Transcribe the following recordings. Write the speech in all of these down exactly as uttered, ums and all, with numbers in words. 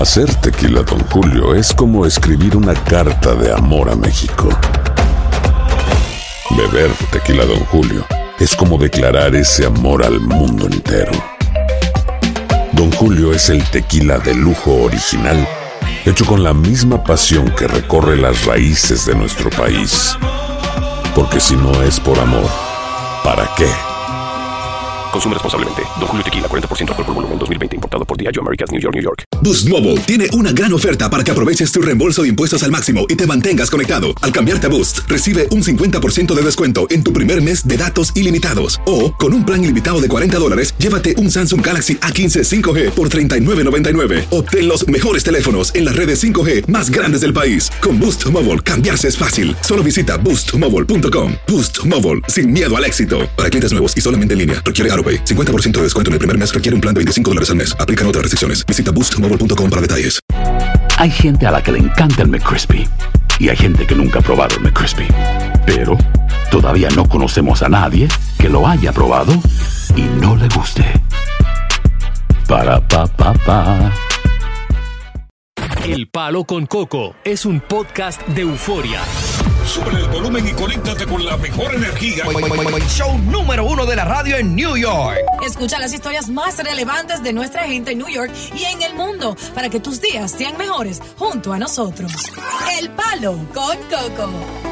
Hacer tequila Don Julio es como escribir una carta de amor a México. Beber tequila Don Julio es como declarar ese amor al mundo entero. Don Julio es el tequila de lujo original, hecho con la misma pasión que recorre las raíces de nuestro país. Porque si no es por amor, ¿para qué? Consume responsablemente. Don Julio Tequila, cuarenta por ciento alcohol por volumen, dos mil veinte, importado por Diageo Americas, New York, New York. Boost Mobile tiene una gran oferta para que aproveches tu reembolso de impuestos al máximo y te mantengas conectado. Al cambiarte a Boost, recibe un cincuenta por ciento de descuento en tu primer mes de datos ilimitados. O, con un plan ilimitado de cuarenta dólares, llévate un Samsung Galaxy A quince cinco G por treinta y nueve noventa y nueve. Obtén los mejores teléfonos en las redes cinco G más grandes del país. Con Boost Mobile, cambiarse es fácil. Solo visita boost mobile punto com. Boost Mobile, sin miedo al éxito. Para clientes nuevos y solamente en línea, requiere AutoPay. cincuenta por ciento de descuento en el primer mes, requiere un plan de veinticinco dólares al mes. Aplican otras restricciones. Visita boost mobile punto com para detalles. Hay gente a la que le encanta el McCrispy y hay gente que nunca ha probado el McCrispy. Pero todavía no conocemos a nadie que lo haya probado y no le guste. Para pa pa pa. El Palo con Coco es un podcast de euforia. Sube el volumen y conéctate con la mejor energía. Show número uno de la radio en New York. Escucha las historias más relevantes de nuestra gente en New York y en el mundo para que tus días sean mejores junto a nosotros. El Palo con Coco.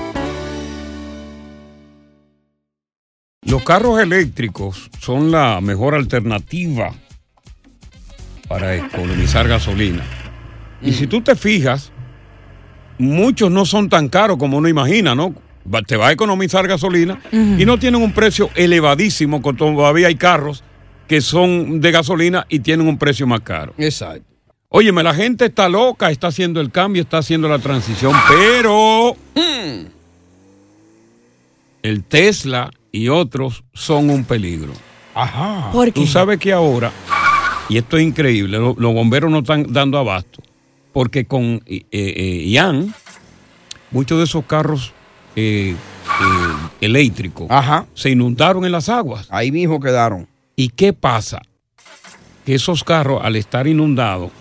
Los carros eléctricos son la mejor alternativa para economizar gasolina. Y si tú te fijas, muchos no son tan caros como uno imagina, ¿no? Te va a economizar gasolina uh-huh. y no tienen un precio elevadísimo, porque todavía hay carros que son de gasolina y tienen un precio más caro. Exacto. Óyeme, la gente está loca, está haciendo el cambio, está haciendo la transición, pero hmm. el Tesla y otros son un peligro. Ajá. ¿Por qué? Tú sabes que ahora, y esto es increíble, lo, los bomberos no están dando abasto, porque con eh, eh, Ian, muchos de esos carros eh, eh, eléctricos Ajá. se inundaron en las aguas. Ahí mismo quedaron. ¿Y qué pasa? Que esos carros, al estar inundados,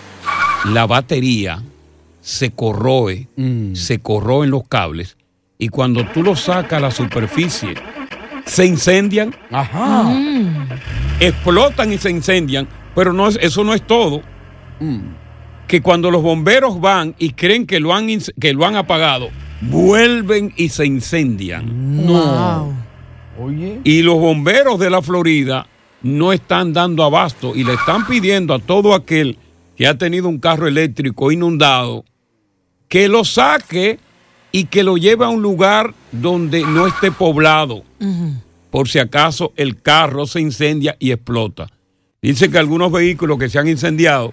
la batería se corroe, mm. se corroe en los cables, y cuando tú los sacas a la superficie, se incendian. Ajá. Mm. Explotan y se incendian, pero no es, eso no es todo. Mm. Que cuando los bomberos van y creen que lo han, que lo han apagado, vuelven y se incendian. No. Oye. Y los bomberos de la Florida no están dando abasto y le están pidiendo a todo aquel que ha tenido un carro eléctrico inundado que lo saque y que lo lleve a un lugar donde no esté poblado. Uh-huh. Por si acaso el carro se incendia y explota. Dice que algunos vehículos que se han incendiado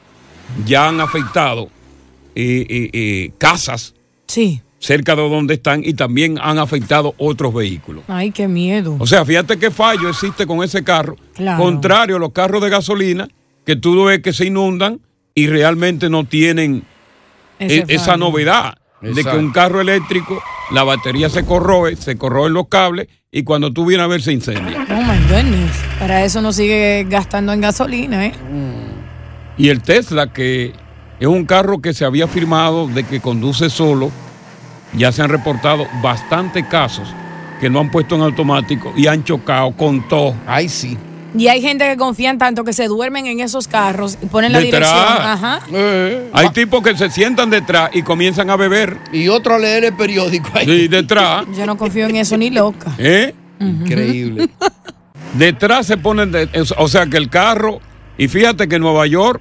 ya han afectado eh, eh, eh, casas sí. cerca de donde están y también han afectado otros vehículos. Ay, qué miedo. O sea, fíjate qué fallo existe con ese carro. Claro. Contrario a los carros de gasolina, que tú ves que se inundan y realmente no tienen e- esa novedad. Exacto. De que un carro eléctrico, la batería se corroe, se corroen los cables y cuando tú vienes a ver se incendia. Oh my goodness. Para eso no sigue gastando en gasolina, ¿eh? Mm. Y el Tesla, que es un carro que se había firmado de que conduce solo, ya se han reportado bastantes casos que no han puesto en automático y han chocado con todo. Ay, sí. Y hay gente que confían tanto que se duermen en esos carros y ponen la detrás. dirección. Ajá. Eh, hay tipos que se sientan detrás y comienzan a beber. Y otro a leer el periódico ahí. Sí, detrás. Yo no confío en eso ni loca. ¿Eh? Uh-huh. Increíble. Detrás se ponen, de, o sea que el carro, y fíjate que Nueva York,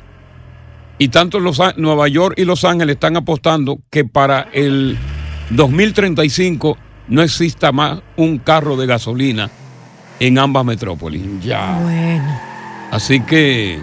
y tanto los, Nueva York y Los Ángeles están apostando que para el dos mil treinta y cinco no exista más un carro de gasolina en ambas metrópolis. Ya. Bueno. Así que,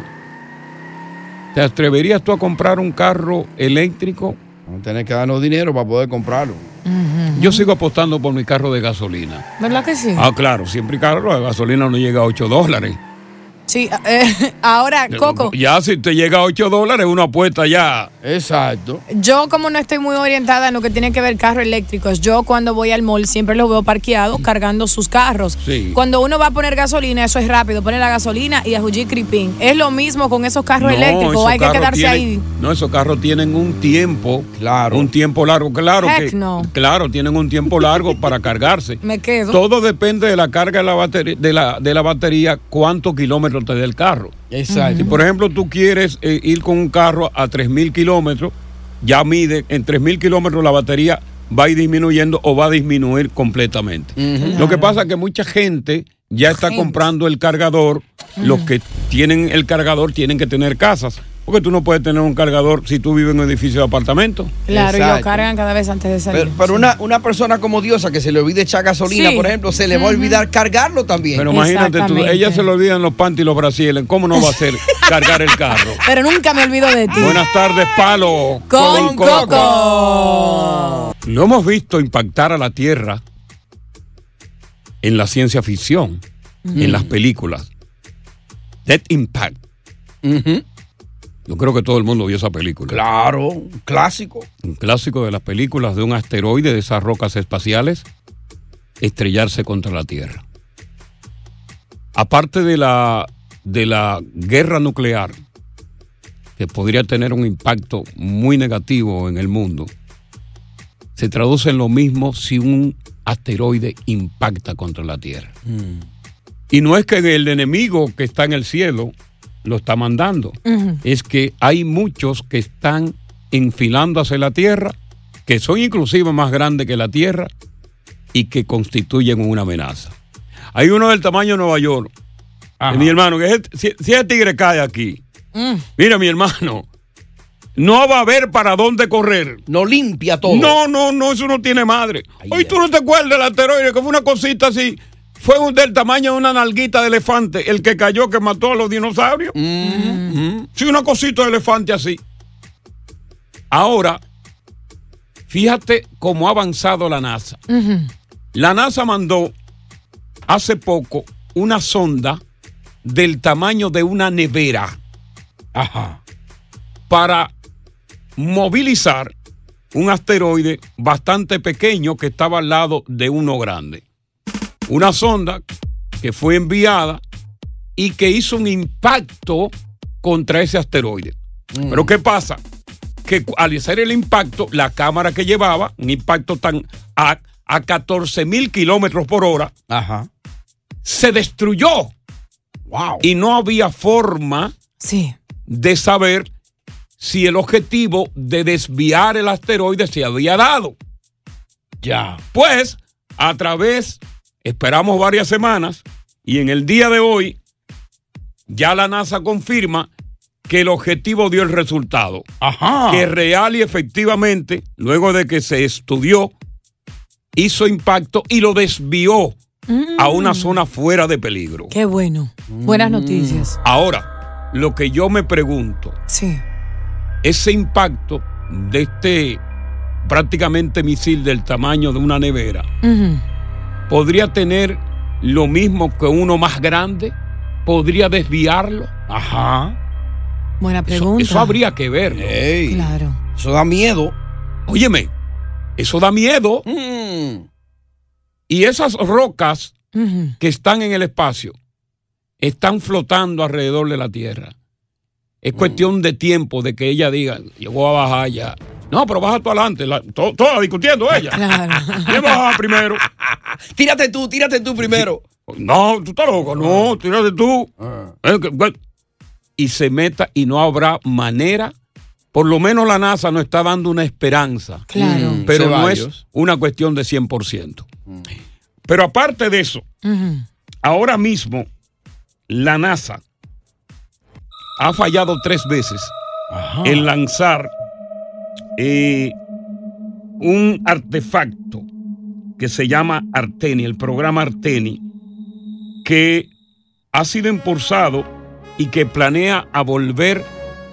¿te atreverías tú a comprar un carro eléctrico? Vamos a tener que darnos dinero para poder comprarlo. Uh-huh. Yo sigo apostando por mi carro de gasolina. ¿Verdad que sí? Ah, claro, siempre el carro de gasolina no llega a ocho dólares. Sí, eh, ahora, Coco. Ya si te llega a ocho dólares, una apuesta ya. Exacto. Yo, como no estoy muy orientada en lo que tiene que ver carros eléctricos, yo cuando voy al mall siempre los veo parqueados cargando sus carros. Sí. Cuando uno va a poner gasolina, eso es rápido, pone la gasolina y a Juji Cripín. ¿Es lo mismo con esos carros No, eléctricos? esos Hay que carros quedarse tienen- ahí. No, esos carros tienen un tiempo. Claro. Un tiempo largo. Claro Heck que. no. Claro, tienen un tiempo largo para cargarse. Me quedo. Todo depende de la carga de la batería, de la, de la batería, cuántos kilómetros te dé el carro. Exacto. Si, por ejemplo, tú quieres eh, ir con un carro a tres mil kilómetros, ya mide, en tres mil kilómetros la batería va a ir disminuyendo o va a disminuir completamente. Ujú. Lo que pasa es que mucha gente ya está Gente. comprando el cargador. Los que tienen el cargador tienen que tener casas. Porque tú no puedes tener un cargador si tú vives en un edificio de apartamento. Claro, y lo Exacto. cargan cada vez antes de salir. Pero, pero Sí. una, una persona como Diosa que se le olvide echar gasolina, Sí. por ejemplo, se le va a olvidar cargarlo también. Pero imagínate tú, Exactamente. ella se le olvidan los panties y los brasiles. ¿Cómo no va a hacer cargar el carro? Pero nunca me olvido de ti. Buenas tardes, Palo. Con Coco. Coco. Lo hemos visto impactar a la Tierra en la ciencia ficción, en las películas. Death Impact. Ujú. Yo creo que todo el mundo vio esa película. Claro, un clásico. Un clásico de las películas de un asteroide de esas rocas espaciales estrellarse contra la Tierra. Aparte de la, de la guerra nuclear, que podría tener un impacto muy negativo en el mundo, se traduce en lo mismo si un asteroide impacta contra la Tierra. Y no es que el enemigo que está en el cielo lo está mandando, Ujú. es que hay muchos que están enfilando hacia la Tierra, que son inclusive más grandes que la Tierra y que constituyen una amenaza. Hay uno del tamaño de Nueva York, Ajá. mi hermano, que es, si, si ese tigre cae aquí, Mm. mira mi hermano, no va a haber para dónde correr. No limpia todo. No, no, no, eso no tiene madre. Ay, Hoy ay. tú no te acuerdas del asteroide, que fue una cosita así. Fue un, del tamaño de una nalguita de elefante, el que cayó, que mató a los dinosaurios. Mm. Sí, una cosita de elefante así. Ahora, fíjate cómo ha avanzado la NASA. Ujú. La NASA mandó hace poco una sonda del tamaño de una nevera Ajá. para movilizar un asteroide bastante pequeño que estaba al lado de uno grande. Una sonda que fue enviada y que hizo un impacto contra ese asteroide. Mm. Pero ¿qué pasa? Que cu- al hacer el impacto, la cámara que llevaba, un impacto tan a, a catorce mil kilómetros por hora, Ajá. se destruyó. Wow. Y no había forma Sí. de saber si el objetivo de desviar el asteroide se había dado. Ya. Pues, a través, esperamos varias semanas, y en el día de hoy, ya la NASA confirma que el objetivo dio el resultado. Ajá. Que real y efectivamente, luego de que se estudió, hizo impacto y lo desvió a una zona fuera de peligro. Qué bueno. Buenas noticias. Ahora, lo que yo me pregunto, Sí. ese impacto de este prácticamente misil del tamaño de una nevera, Ujú. ¿podría tener lo mismo que uno más grande? ¿Podría desviarlo? Ajá. Buena Eso, pregunta. eso habría que verlo. Ey. Claro. Eso da miedo. Óyeme, eso da miedo. Mm. Y esas rocas Ujú. que están en el espacio están flotando alrededor de la Tierra. Es cuestión de tiempo de que ella diga, yo voy a bajar ya. No, pero baja tú adelante, la, to- toda discutiendo ella. Claro. ¿Quién va a bajar primero? Tírate tú, tírate tú primero. No, tú estás loco, no, tírate tú. Eh, que- que- Y se meta y no habrá manera. Por lo menos la NASA nos está dando una esperanza. Claro. Mm, Pero sé no varios. es una cuestión de cien por ciento. Pero aparte de eso, Ujú. ahora mismo la NASA ha fallado tres veces Ajá. en lanzar eh, un artefacto que se llama Arteni, el programa Arteni, que ha sido impulsado y que planea a volver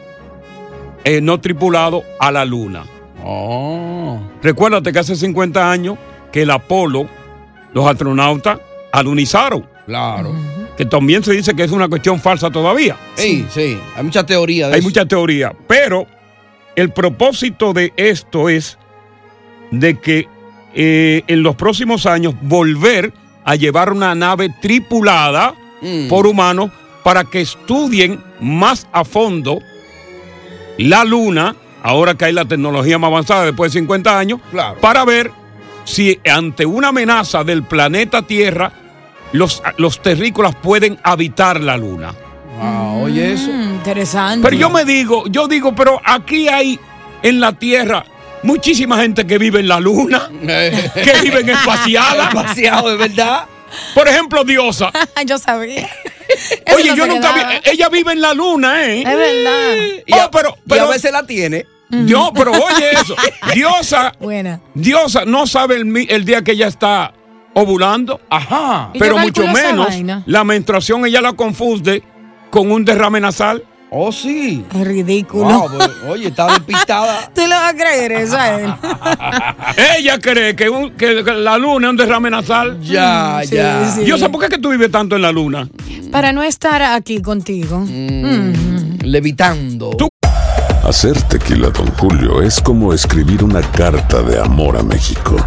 eh, no tripulado a la Luna. Oh. Recuérdate que hace cincuenta años que el Apolo, los astronautas, alunizaron. Claro. que también se dice que es una cuestión falsa todavía. Sí, sí, hay mucha teoría de Hay eso. mucha teoría, pero el propósito de esto es de que eh, en los próximos años volver a llevar una nave tripulada mm. por humanos para que estudien más a fondo la Luna, ahora que hay la tecnología más avanzada después de cincuenta años, claro. para ver si ante una amenaza del planeta Tierra los, los terrícolas pueden habitar la Luna. Wow, oye eso. Mm, interesante. Pero yo me digo, yo digo, pero aquí hay en la Tierra muchísima gente que vive en la Luna, que vive en espaciada. Espaciado, de verdad. Por ejemplo, Diosa. Yo sabía. Oye, no yo nunca vi, ella vive en la Luna, ¿eh? Es verdad. Y a, oh, pero, pero, pero, y a veces la tiene. Yo, pero oye eso. Diosa, Buena. Diosa no sabe el, el día que ella está ovulando. Ajá. Pero mucho menos la menstruación ella la confunde con un derrame nasal. Oh, sí. Es ridículo. Wow, pues, oye, está despistada. ¿Tú le vas a creer eso a él? Ella cree que, un, que, que la luna es un derrame nasal. Ya, sí, ya. sí. Diosa, ¿por qué es que tú vives tanto en la luna? Para no estar aquí contigo. Mm, Mm. Levitando. ¿Tú? Hacer tequila, Don Julio, es como escribir una carta de amor a México.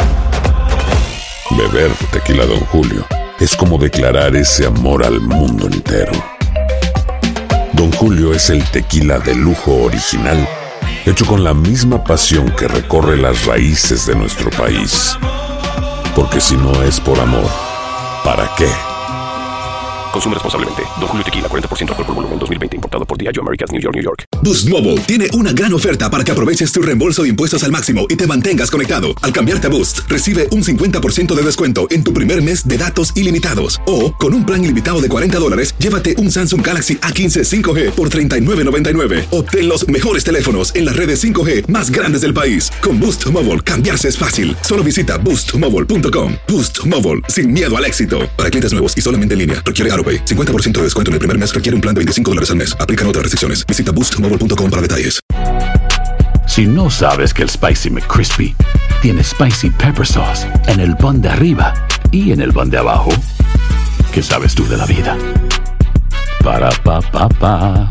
Beber tequila, Don Julio, es como declarar ese amor al mundo entero. Don Julio es el tequila de lujo original, hecho con la misma pasión que recorre las raíces de nuestro país. Porque si no es por amor, ¿para qué? Consume responsablemente. Don Julio Tequila, cuarenta por ciento alcohol por volumen, dos mil veinte. Importado por Diageo Americas, New York, New York. Boost Mobile tiene una gran oferta para que aproveches tu reembolso de impuestos al máximo y te mantengas conectado. Al cambiarte a Boost, recibe un cincuenta por ciento de descuento en tu primer mes de datos ilimitados. O, con un plan ilimitado de cuarenta dólares, llévate un Samsung Galaxy A quince cinco G por treinta y nueve noventa y nueve. Obtén los mejores teléfonos en las redes cinco G más grandes del país. Con Boost Mobile, cambiarse es fácil. Solo visita boost mobile punto com. Boost Mobile, sin miedo al éxito. Para clientes nuevos y solamente en línea, requiere AutoPay. cincuenta por ciento de descuento en el primer mes requiere un plan de veinticinco dólares al mes. Aplican otras restricciones. Visita boost mobile punto com para detalles. Si no sabes que el Spicy McCrispy tiene Spicy Pepper Sauce en el pan de arriba y en el pan de abajo, ¿qué sabes tú de la vida? Para, pa, pa, pa.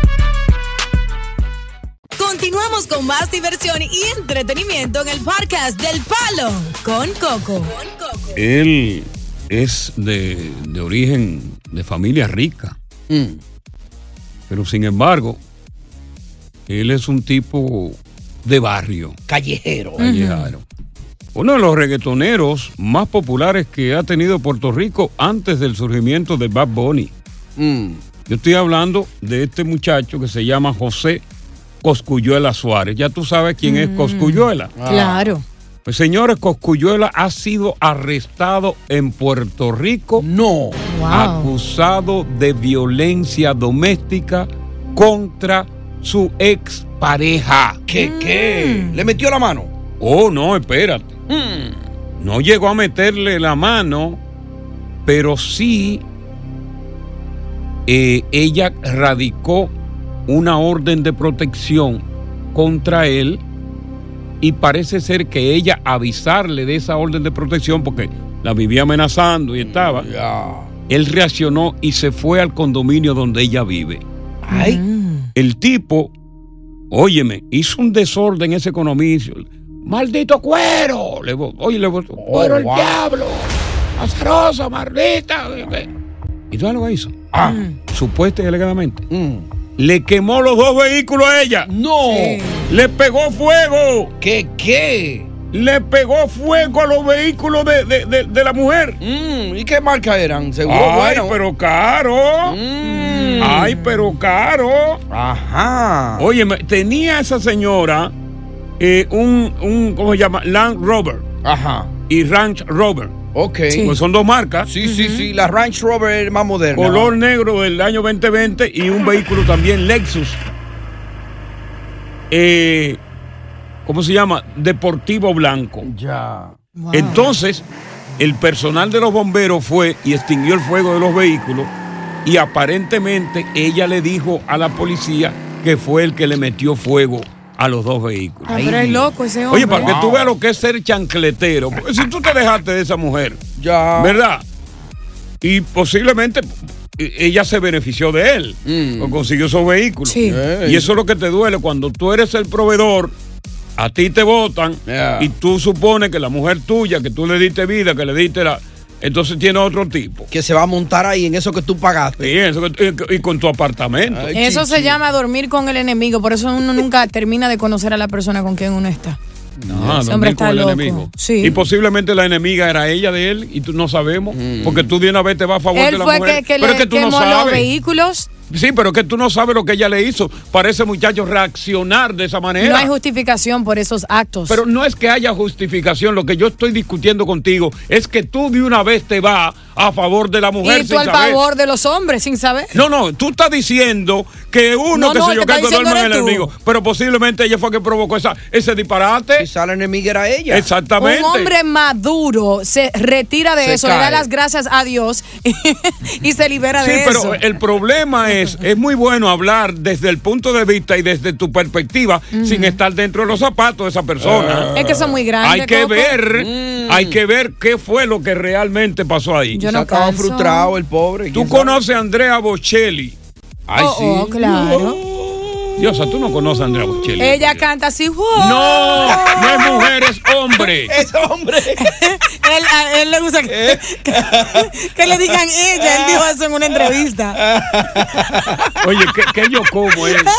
Continuamos con más diversión y entretenimiento en el podcast del Palo con Coco. Él es de, de origen de familia rica. Mm. Pero sin embargo, él es un tipo de barrio. Callejero. Callejero. Uno de los reggaetoneros más populares que ha tenido Puerto Rico antes del surgimiento de Bad Bunny. Mm. Yo estoy hablando de este muchacho que se llama José Cosculluela Suárez. Ya tú sabes quién mm. es Cosculluela. Ah. Claro. Pues señores, Cosculluela ha sido arrestado en Puerto Rico. No. Wow. Acusado de violencia doméstica contra su expareja. ¿Qué, Mm. qué? ¿Le metió la mano? Oh, no, espérate. Mm. No llegó a meterle la mano, pero sí eh, ella radicó una orden de protección contra él y parece ser que ella avisarle de esa orden de protección porque la vivía amenazando y estaba. Ya. Él reaccionó y se fue al condominio donde ella vive. Ay. Mm. El tipo, óyeme, hizo un desorden en ese condominio. ¡Maldito cuero! Le, oye, le botó, ¡cuero el wow. diablo! ¡Azarosa, maldita! ¿Y tú sabes lo que hizo? Ah. Supuesta y alegadamente. Mm. Le quemó los dos vehículos a ella. No. Sí. Le pegó fuego. ¿Qué, qué? Le pegó fuego a los vehículos de, de, de, de la mujer. Mm. ¿Y qué marca eran? Seguro Ay, bueno. pero caro. Mm. Ay, pero caro. Ajá. Oye, tenía esa señora eh, un, un, ¿cómo se llama? Land Rover Ajá. y Range Rover. Ok. Sí. Pues son dos marcas. Sí, sí, sí. La Range Rover es más moderna. Color negro del año veinte veinte y un vehículo también Lexus. Eh, ¿Cómo se llama? Deportivo blanco. Ya. Wow. Entonces, el personal de los bomberos fue y extinguió el fuego de los vehículos y aparentemente ella le dijo a la policía que fue el que le metió fuego a los dos vehículos. Ah, pero es loco ese hombre. Oye, para que tú Wow. veas lo que es ser chancletero. Porque si tú te dejaste de esa mujer, Ya. ¿verdad? y posiblemente ella se benefició de él, mm. o consiguió esos vehículos. Sí. Y eso es lo que te duele cuando tú eres el proveedor. A ti te votan, yeah. y tú supones que la mujer tuya, que tú le diste vida, que le diste la... Entonces tiene otro tipo. Que se va a montar ahí en eso que tú pagaste. Sí, eso que, y, y con tu apartamento. Ay, eso chichi. Se llama dormir con el enemigo. Por eso uno nunca termina de conocer a la persona con quien uno está. No, ese hombre está loco. Enemigo. Sí. Y posiblemente la enemiga era ella de él y tú no sabemos. Mm. Porque tú de una vez te vas a favor él de la fue mujer. Que, que pero le es que tú no quemó sabes. Los vehículos. Sí, pero es que tú no sabes lo que ella le hizo para ese muchacho reaccionar de esa manera. No hay justificación por esos actos. Pero no es que haya justificación. Lo que yo estoy discutiendo contigo es que tú de una vez te vas a favor de la mujer. Y tú sin al saber. favor de los hombres sin saber. No, no, tú estás diciendo que uno no, que no, se yo que duerme en el tú. enemigo, pero posiblemente ella fue que provocó esa, ese disparate. Quizá la enemiga era ella. Exactamente. Un hombre maduro se retira de se eso, cae. le da las gracias a Dios y se libera sí, de pero eso. El problema es, es muy bueno hablar desde el punto de vista y desde tu perspectiva, mm. sin estar dentro de los zapatos de esa persona. Uh, es que son muy grandes. Hay que Coco. ver, mm. hay que ver qué fue lo que realmente pasó ahí. Yo no estaba frustrado el pobre. Tú conoces a Andrea Bocelli. Ay, oh, sí. Oh, claro. Diosa, tú no conoces a Andrea Bocelli. Ella canta así. ¡Wow! No, no es mujer, es hombre. Es hombre. él, a él le gusta que, que, que le digan ella. Él dijo eso en una entrevista. Oye, ¿qué, qué yo como es?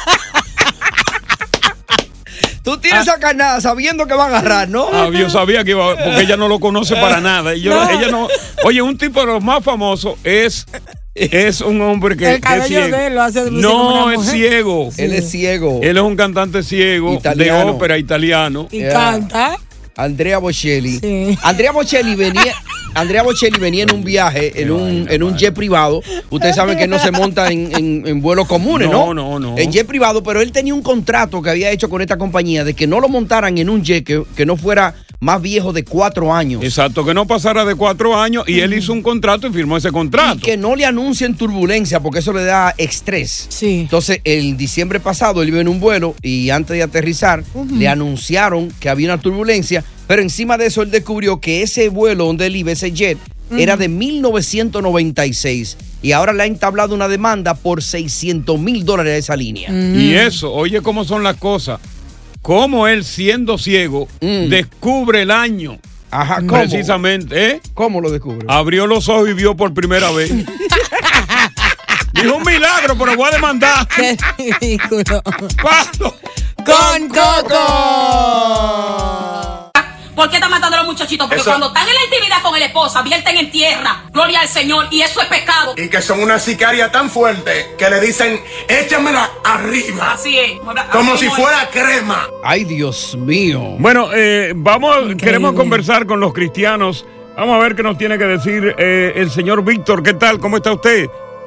Tú tienes esa carnada sabiendo que va a agarrar, ¿no? Ah, yo sabía que iba, porque ella no lo conoce para nada. Y yo, no. Ella no. Oye, un tipo de los más famosos es. Es un hombre que, el cabello que es ciego. De él lo hace no, es ciego. Sí. Él es ciego. Él es un cantante ciego italiano. De ópera italiano. Y yeah. canta. Andrea Bocelli. Sí. Andrea Bocelli venía, Andrea Bocelli venía en un viaje, en un, en un jet privado. Ustedes saben que no se monta en, en, en vuelos comunes, ¿no? No, no, no. En jet privado, pero él tenía un contrato que había hecho con esta compañía de que no lo montaran en un jet que, que no fuera más viejo de cuatro años. Exacto, que no pasara de cuatro años y mm. él hizo un contrato y firmó ese contrato. Y que no le anuncien turbulencia porque eso le da estrés. Sí. Entonces, el diciembre pasado él iba en un vuelo y antes de aterrizar uh-huh. le anunciaron que había una turbulencia, pero encima de eso él descubrió que ese vuelo donde él iba, ese jet, uh-huh. era de mil novecientos noventa y seis y ahora le ha entablado una demanda por seiscientos mil dólares a esa línea. Uh-huh. Y eso, oye cómo son las cosas. Cómo él, siendo ciego, mm. descubre el año. Ajá, ¿cómo? Precisamente, ¿eh? ¿Cómo lo descubre? Abrió los ojos y vio por primera vez. Dijo un milagro, pero voy a demandar. Qué ridículo. ¡Paso! ¡Con Coco! ¿Por qué están matando a los muchachitos? Porque eso, cuando están en la intimidad con la esposa, vierten en tierra. Gloria al Señor. Y eso es pecado. Y que son una sicaria tan fuerte que le dicen, échamela arriba. Así es. Como así si fuera es. crema. Ay, Dios mío. Bueno, eh, vamos, Increíble. queremos conversar con los cristianos. Vamos a ver qué nos tiene que decir eh, el señor Víctor. ¿Qué tal? ¿Cómo está usted?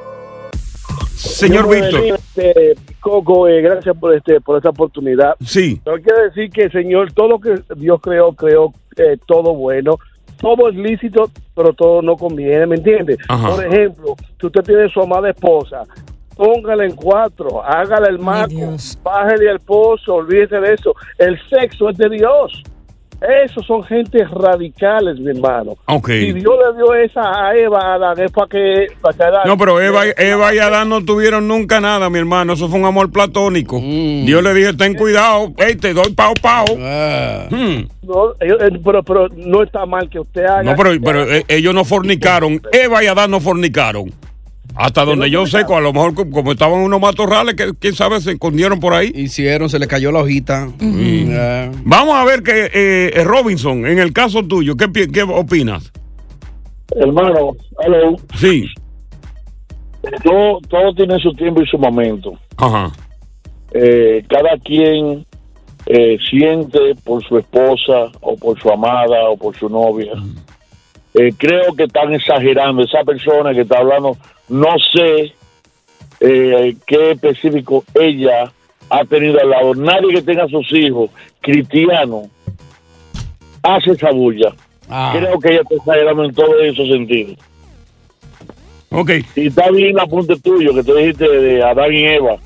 Señor Víctor. Este, Coco, eh, gracias por este por esta oportunidad. Sí. Pero quiero decir que, Señor, todo lo que Dios creó, creó eh, todo bueno. Todo es lícito, pero todo no conviene, ¿me entiende? Ajá. Por ejemplo, si usted tiene su amada esposa, póngala en cuatro, hágala el maco, bájele al pozo, olvídese de eso. El sexo es de Dios. Esos son gente radicales, mi hermano. Okay. Y Dios le dio esa a Eva, a Adán, es para que... Para que Adán, no, pero Eva, Eva y Adán no tuvieron nunca nada, mi hermano. Eso fue un amor platónico. Mm. Dios le dije, ten cuidado, hey, te doy pao, pao. Ah. Hmm. No, pero, pero no está mal que usted haga... No, pero, pero ellos no fornicaron. Eva y Adán no fornicaron. Hasta donde yo sé, a lo mejor como estaban unos matorrales, que quién sabe, se escondieron por ahí. Hicieron, se le cayó la hojita. Uh-huh. Yeah. Vamos a ver que eh, Robinson, en el caso tuyo, ¿qué, qué opinas? Hermano, hello. Sí. Todo, todo tiene su tiempo y su momento. Ajá. Eh, cada quien eh, siente por su esposa o por su amada o por su novia. Uh-huh. Eh, creo que están exagerando. Esa persona que está hablando, no sé eh, qué específico ella ha tenido al lado. Nadie que tenga sus hijos cristianos hace esa bulla. Ah. Creo que ella está exagerando en todos esos sentidos. Ok. Y está bien el apunte tuyo que tú dijiste de Adán y Eva.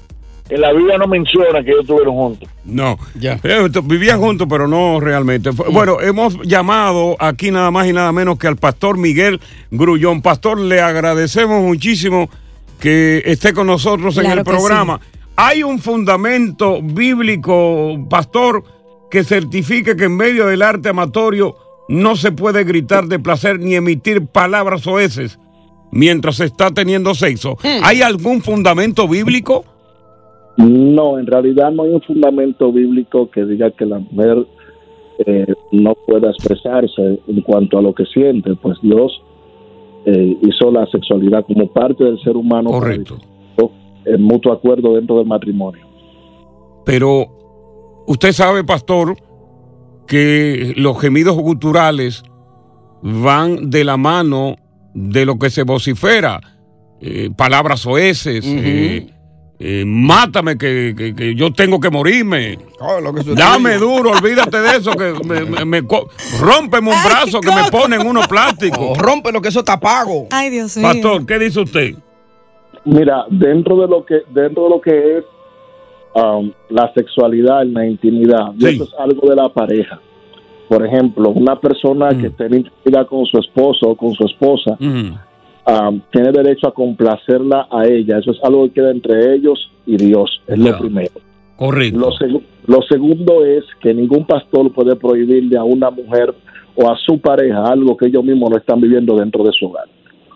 en la Biblia no menciona que ellos estuvieron juntos. No, ya. Eh, vivían juntos, pero no realmente. Mm. Bueno, hemos llamado aquí nada más y nada menos que al pastor Miguel Grullón. Pastor, le agradecemos muchísimo que esté con nosotros claro en el programa. Sí. ¿Hay un fundamento bíblico, pastor, que certifique que en medio del arte amatorio no se puede gritar de placer ni emitir palabras soeces mientras se está teniendo sexo? Mm. ¿Hay algún fundamento bíblico? No, en realidad no hay un fundamento bíblico que diga que la mujer eh, no pueda expresarse en cuanto a lo que siente, pues Dios eh, hizo la sexualidad como parte del ser humano. Correcto. En mutuo acuerdo dentro del matrimonio. Pero usted sabe, pastor, que los gemidos guturales van de la mano de lo que se vocifera, eh, palabras soeces, uh-huh. eh, Eh, mátame que, que, que yo tengo que morirme. Oh, lo que dame duro, olvídate de eso, que me, me, me rómpeme un Ay, brazo que me ponen uno plástico. Oh, rompe lo que eso está pago. Ay, Dios mío. Pastor, ¿qué dice usted? Mira, dentro de lo que dentro de lo que es um, la sexualidad en la intimidad, sí. Eso es algo de la pareja. Por ejemplo, una persona mm. que esté en intimidad con su esposo o con su esposa, mm. Um, tiene derecho a complacerla a ella. Eso es algo que queda entre ellos y Dios. Es yeah. lo primero. Correcto. Lo, seg- lo segundo es que ningún pastor puede prohibirle a una mujer o a su pareja algo que ellos mismos no están viviendo dentro de su hogar.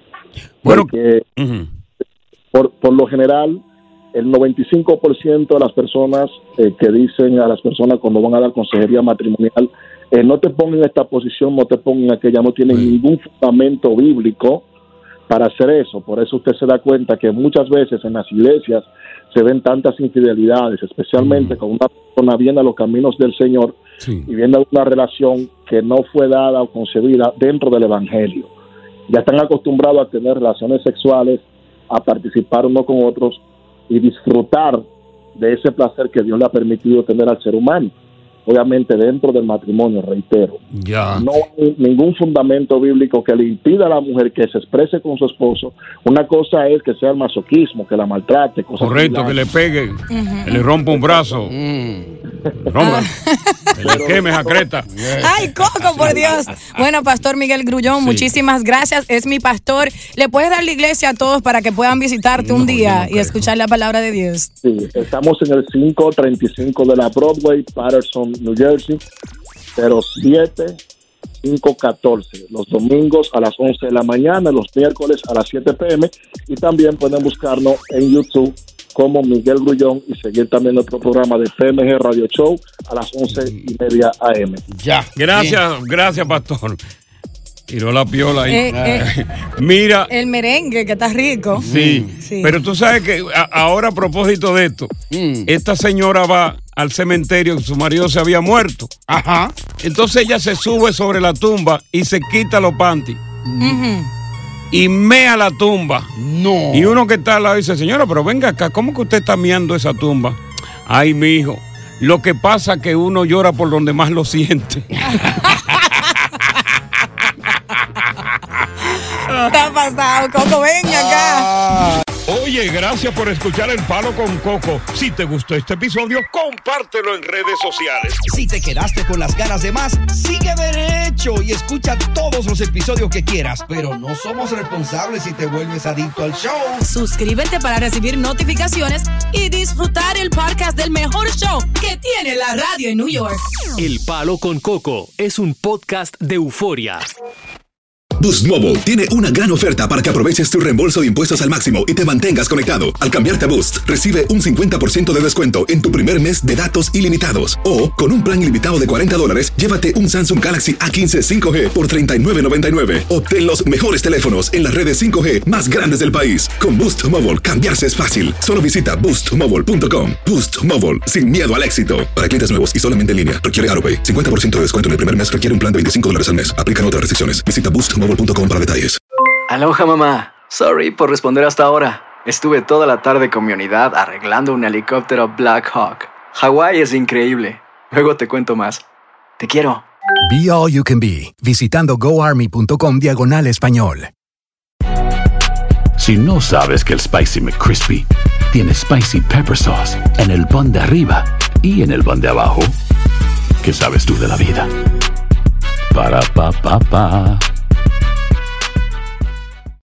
Bueno, Porque uh-huh. por, por lo general, el noventa y cinco por ciento de las personas eh, que dicen a las personas cuando van a dar consejería matrimonial, eh, no te pongan en esta posición, no te pongan en aquella, no tienen uh-huh. ningún fundamento bíblico para hacer eso. Por eso usted se da cuenta que muchas veces en las iglesias se ven tantas infidelidades, especialmente mm. cuando una persona viene a los caminos del Señor sí. y viene a una relación que no fue dada o concebida dentro del Evangelio. Ya están acostumbrados a tener relaciones sexuales, a participar uno con otros y disfrutar de ese placer que Dios le ha permitido tener al ser humano. Obviamente dentro del matrimonio, reitero, ya. no hay ningún fundamento bíblico que le impida a la mujer que se exprese con su esposo. Una cosa es que sea el masoquismo, que la maltrate. Cosas correcto, que le pegue, uh-huh. que le rompa un brazo, mm. rompa, que le queme esa creta. Ay, Coco, por Dios. Bueno, Pastor Miguel Grullón, sí. muchísimas gracias. Es mi pastor. ¿Le puedes dar la iglesia a todos para que puedan visitarte no, un día no y escuchar la palabra de Dios? Sí, estamos en el quinientos treinta y cinco de la Broadway, Patterson, New Jersey, cero siete cinco uno cuatro, los domingos a las once de la mañana, los miércoles a las siete p.m. y también pueden buscarnos en YouTube como Miguel Grullón y seguir también nuestro programa de P M G Radio Show a las once y media a eme. Ya, gracias, bien. Gracias, pastor. Tiró la piola ahí. Eh, eh, Mira. El merengue, que está rico. Sí, sí. Pero tú sabes que a, ahora a propósito de esto, mm. esta señora va al cementerio, su marido se había muerto. Ajá. Entonces ella se sube sobre la tumba y se quita los panties. Uh-huh. Y mea la tumba. No. Y uno que está al lado dice, señora, pero venga acá, ¿cómo que usted está meando esa tumba? Ay, mijo, lo que pasa es que uno llora por donde más lo siente. Está pasado, Coco, ven acá. Oye, gracias por escuchar El Palo con Coco. Si te gustó este episodio, compártelo en redes sociales. Si te quedaste con las ganas de más, sigue derecho y escucha todos los episodios que quieras. Pero no somos responsables si te vuelves adicto al show. Suscríbete para recibir notificaciones y disfrutar el podcast del mejor show que tiene la radio en New York. El Palo con Coco es un podcast de Euforia. Boost Mobile tiene una gran oferta para que aproveches tu reembolso de impuestos al máximo y te mantengas conectado. Al cambiarte a Boost, recibe un cincuenta por ciento de descuento en tu primer mes de datos ilimitados. O, con un plan ilimitado de cuarenta dólares, llévate un Samsung Galaxy A quince cinco G por treinta y nueve noventa y nueve. Obtén los mejores teléfonos en las redes cinco G más grandes del país. Con Boost Mobile, cambiarse es fácil. Solo visita boost mobile punto com. Boost Mobile, sin miedo al éxito. Para clientes nuevos y solamente en línea, requiere AutoPay. cincuenta por ciento de descuento en el primer mes, requiere un plan de veinticinco dólares al mes. Aplican otras restricciones. Visita boost mobile punto com para detalles. Aloha, mamá. Sorry por responder hasta ahora. Estuve toda la tarde con mi unidad arreglando un helicóptero Black Hawk. Hawái es increíble. Luego te cuento más. Te quiero. Be All You Can Be, visitando goarmy.com diagonal español. Si no sabes que el Spicy McCrispy tiene Spicy Pepper Sauce en el pan de arriba y en el pan de abajo. ¿Qué sabes tú de la vida? Para, pa, pa, pa.